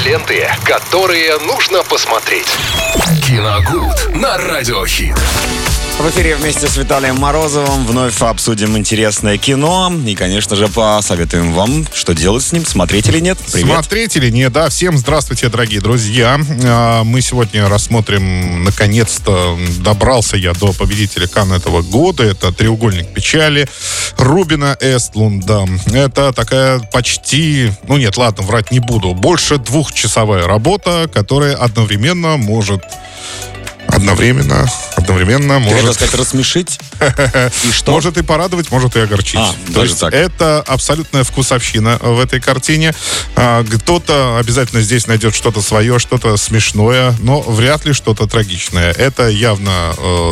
ленты, которые нужно посмотреть. Киногуд на Радиохит. В эфире вместе с Виталием Морозовым вновь обсудим интересное кино. И, конечно же, посоветуем вам, что делать с ним, смотреть или нет. Привет. Смотреть или нет, да. Всем здравствуйте, дорогие друзья. Мы сегодня рассмотрим, наконец-то, добрался я до победителя Канн этого года. Это «Треугольник печали» Рубина Өстлунда. Это такая почти, врать не буду, больше двухчасовая работа, которая одновременно может... Одновременно Ты может... хотел сказать, рассмешить? И что? Может и порадовать, может и огорчить. То есть так. это абсолютная вкусовщина в этой картине. Кто-то обязательно здесь найдет что-то свое, что-то смешное, но вряд ли что-то трагичное. Это явно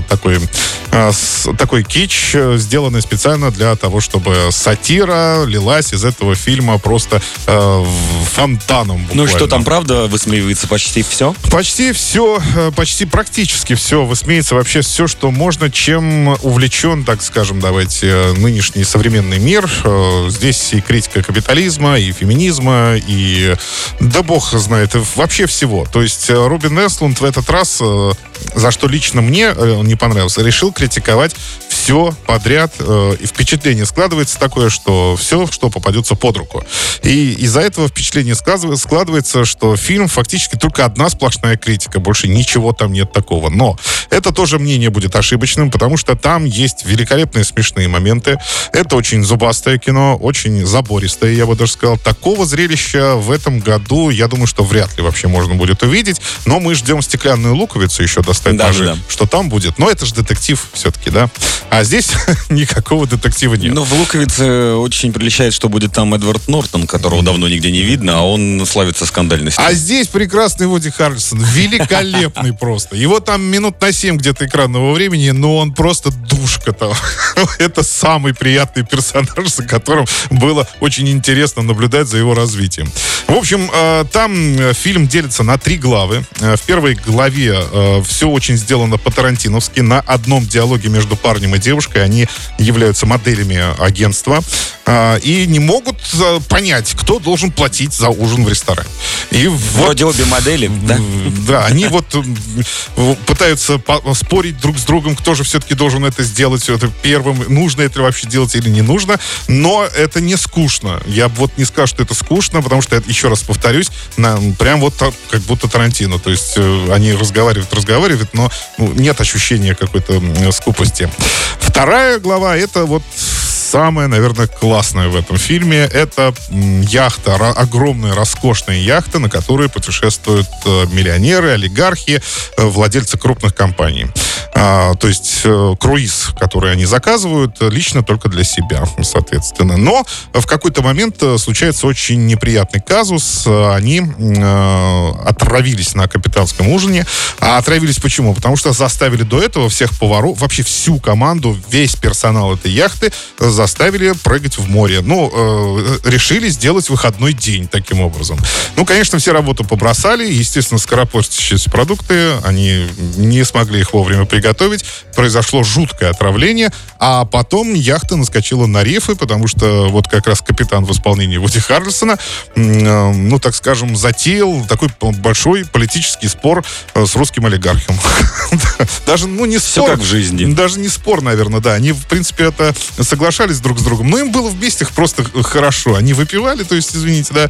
такой кич, сделанный специально для того, чтобы сатира лилась из этого фильма просто фонтаном буквально. Ну и что там, правда, высмеивается почти все? Почти все, практически все высмеется, вообще все, что можно, чем увлечен, так скажем, давайте, нынешний современный мир. Здесь и критика капитализма, и феминизма, и да бог знает, вообще всего. То есть Рубин Өстлунд в этот раз, за что лично мне не понравился, решил критиковать все подряд, и впечатление складывается такое, что все, что попадется под руку. И из-за этого впечатление складывается, что фильм фактически только одна сплошная критика, больше ничего там нет такого. Но это тоже мнение будет ошибочным, потому что там есть великолепные смешные моменты. Это очень зубастое кино, очень забористое, я бы даже сказал. Такого зрелища в этом году, я думаю, что вряд ли вообще можно будет увидеть. Но мы ждем «Стеклянную луковицу» еще достать даже, что там будет. Но это же детектив все-таки, да? А здесь никакого детектива нет. Но в «Луковице» очень приличает, что будет там Эдвард Нортон, которого давно нигде не видно, а он славится скандальностью. А здесь прекрасный Вуди Харрельсон, великолепный просто. Его там минут на 7 где-то экранного времени, но он просто душка там. Это самый приятный персонаж, за которым было очень интересно наблюдать за его развитием. В общем, там фильм делится на 3 главы. В первой главе все очень сделано по-тарантиновски. На одном диалоге между парнем и девушкой они являются моделями агентства и не могут понять, кто должен платить за ужин в ресторане. И вроде обе модели, да? Да, они пытаются спорить друг с другом, кто же все-таки должен это сделать первым, нужно это вообще делать или не нужно, но это не скучно. Я не скажу, что это скучно, потому что, еще раз повторюсь, прям как будто Тарантино. То есть они разговаривают, но нет ощущения какой-то скупости. Вторая глава, это самое, наверное, классное в этом фильме. Это яхта, огромная, роскошная яхта, на которой путешествуют миллионеры, олигархи, владельцы крупных компаний. То есть круиз, который они заказывают, лично только для себя, соответственно. Но в какой-то момент случается очень неприятный казус. Они отравились на капитанском ужине. А отравились почему? Потому что заставили до этого всех поваров, вообще всю команду, весь персонал этой яхты заставили прыгать в море. Решили сделать выходной день таким образом. Конечно, все работу побросали. Естественно, скоропортящиеся продукты, они не смогли их вовремя приготовить. Произошло жуткое отравление. А потом яхта наскочила на рифы, потому что как раз капитан в исполнении Вуди Харрельсона, так скажем, затеял такой большой политический спор с русским олигархом. Даже, не спор. Все как в жизни. Даже не спор, наверное, да. Они, в принципе, это соглашались друг с другом, но им было вместе просто хорошо. Они выпивали, то есть, извините, да,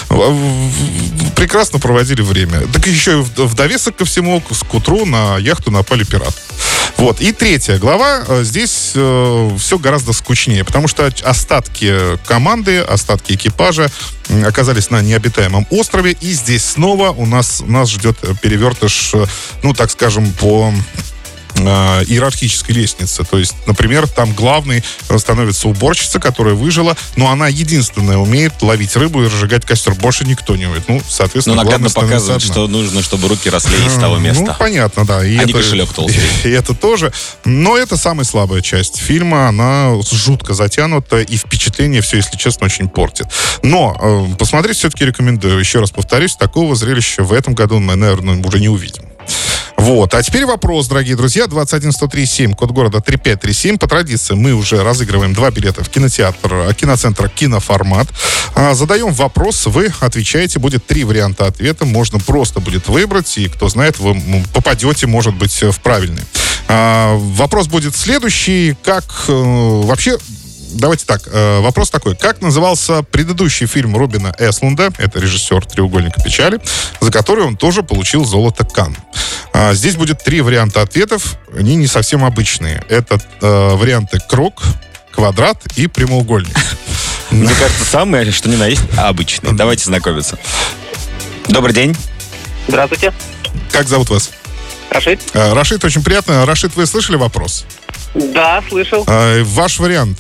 прекрасно проводили время. Так еще и в довесок ко всему, к утру на яхту напали пираты. И третья глава, здесь все гораздо скучнее, потому что остатки команды, остатки экипажа оказались на необитаемом острове, и здесь снова нас ждет перевертыш, так скажем, по иерархической лестнице. То есть, например, там главной становится уборщица, которая выжила, но она единственная умеет ловить рыбу и разжигать костер. Больше никто не умеет. Соответственно, наглядно показывает, что нужно, чтобы руки росли из того места. Понятно, да. И не кошелек толстый. И это тоже. Но это самая слабая часть фильма. Она жутко затянута, и впечатление все, если честно, очень портит. Но посмотреть все-таки рекомендую. Еще раз повторюсь, такого зрелища в этом году мы, наверное, уже не увидим. Вот. А теперь вопрос, дорогие друзья. 211-103-7, код города 3537. По традиции мы уже разыгрываем 2 билета в киноцентр «Киноформат». Задаем вопрос, вы отвечаете. Будет 3 варианта ответа. Можно просто будет выбрать. И, кто знает, вы попадете, может быть, в правильный. Вопрос будет следующий. Вообще... Давайте так, вопрос такой. Как назывался предыдущий фильм Рубена Эслунда, это режиссер «Треугольника печали», за который он тоже получил золото Канн? Здесь будет 3 варианта ответов, они не совсем обычные. Это варианты круг, квадрат и прямоугольник. Мне кажется, самое, что ни на есть, обычные. Давайте знакомиться. Добрый день. Здравствуйте. Как зовут вас? Рашид. Рашид, очень приятно. Рашид, вы слышали вопрос? Да, слышал. Ваш вариант?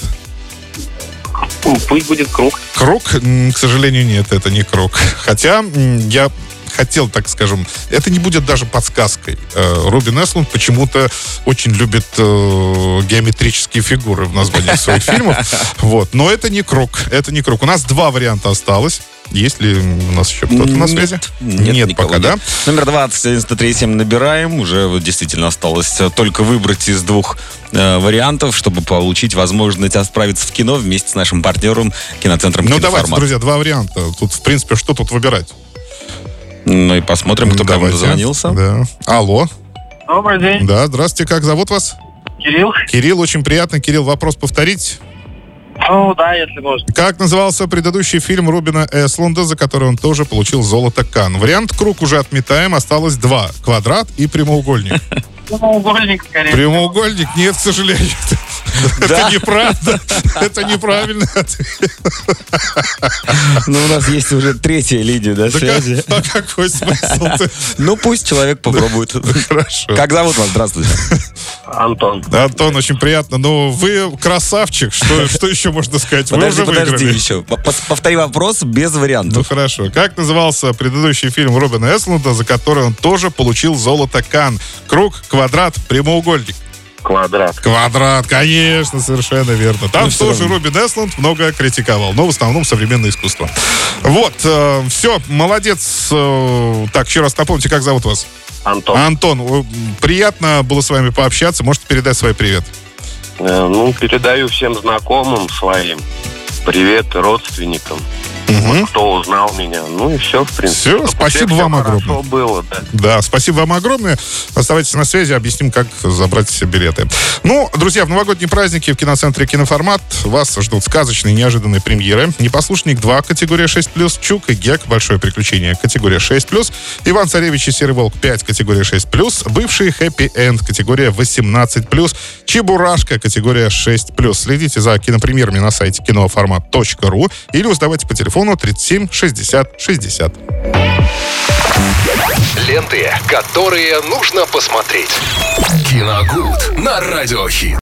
Пусть будет круг. Круг? К сожалению, нет, это не круг. Хотя я хотел, так скажем, это не будет даже подсказкой. Рубен Эслунд почему-то очень любит геометрические фигуры в названии своих фильмов. Вот. Но это не круг. Это не круг. У нас 2 варианта осталось. Есть ли у нас еще кто-то на связи? Нет, пока, да? Номер 20-103-7 набираем. Уже вот действительно осталось только выбрать из 2 вариантов, чтобы получить возможность отправиться в кино вместе с нашим партнером, киноцентром «Киноформат». Давайте, друзья, 2 варианта. Тут, в принципе, что тут выбирать? Ну и посмотрим, кто кому дозвонился. Да. Алло. Добрый день. Да, здравствуйте, как зовут вас? Кирилл. Кирилл, очень приятно. Кирилл, вопрос повторить? Ну, да, если можно. Как назывался предыдущий фильм Рубена Эслунда, за который он тоже получил золото Канн? Вариант круг уже отметаем, осталось 2. Квадрат и прямоугольник. Прямоугольник, скорее. Прямоугольник? Нет, к сожалению. Это неправда. Это неправильно. Ну, у нас есть уже 3-я линия, да, связи. А какой смысл? Ну, пусть человек попробует. Хорошо. Как зовут вас? Здравствуйте. Антон. Антон, очень приятно. Но вы красавчик. Что еще можно сказать? Вы уже Подожди выиграли. еще. Повтори вопрос без Ну, вариантов. хорошо. Как назывался предыдущий фильм Рубена Эслунда, за который он тоже получил золото Канн? Круг, квадрат, прямоугольник. Квадрат. Квадрат, конечно, совершенно верно. Там Ну, тоже Рубен Эслунд много критиковал, но в основном современное искусство. Вот, все, молодец. Так, еще раз напомните, как зовут вас? Антон. Антон, приятно было с вами пообщаться. Можете передать свой привет? Передаю всем знакомым своим. Привет родственникам. Угу. Кто узнал меня. Ну и все, в принципе. Все, спасибо Всем вам хорошо огромное. было, да. Да, спасибо вам огромное. Оставайтесь на связи, объясним, как забрать все билеты. Ну, друзья, в новогодние праздники в киноцентре «Киноформат» вас ждут сказочные неожиданные премьеры. «Непослушник 2», категория 6+, «Чук и Гек», «Большое приключение», категория 6+, «Иван Царевич и Серый Волк 5», категория 6+, «Бывший Хэппи Энд», категория 18+, «Чебурашка», категория 6+. Следите за кинопремьерами на сайте киноформат.ру или узнавайте по телефону 37 60 60. Ленты, которые нужно посмотреть. Киногуд на Радио Хит.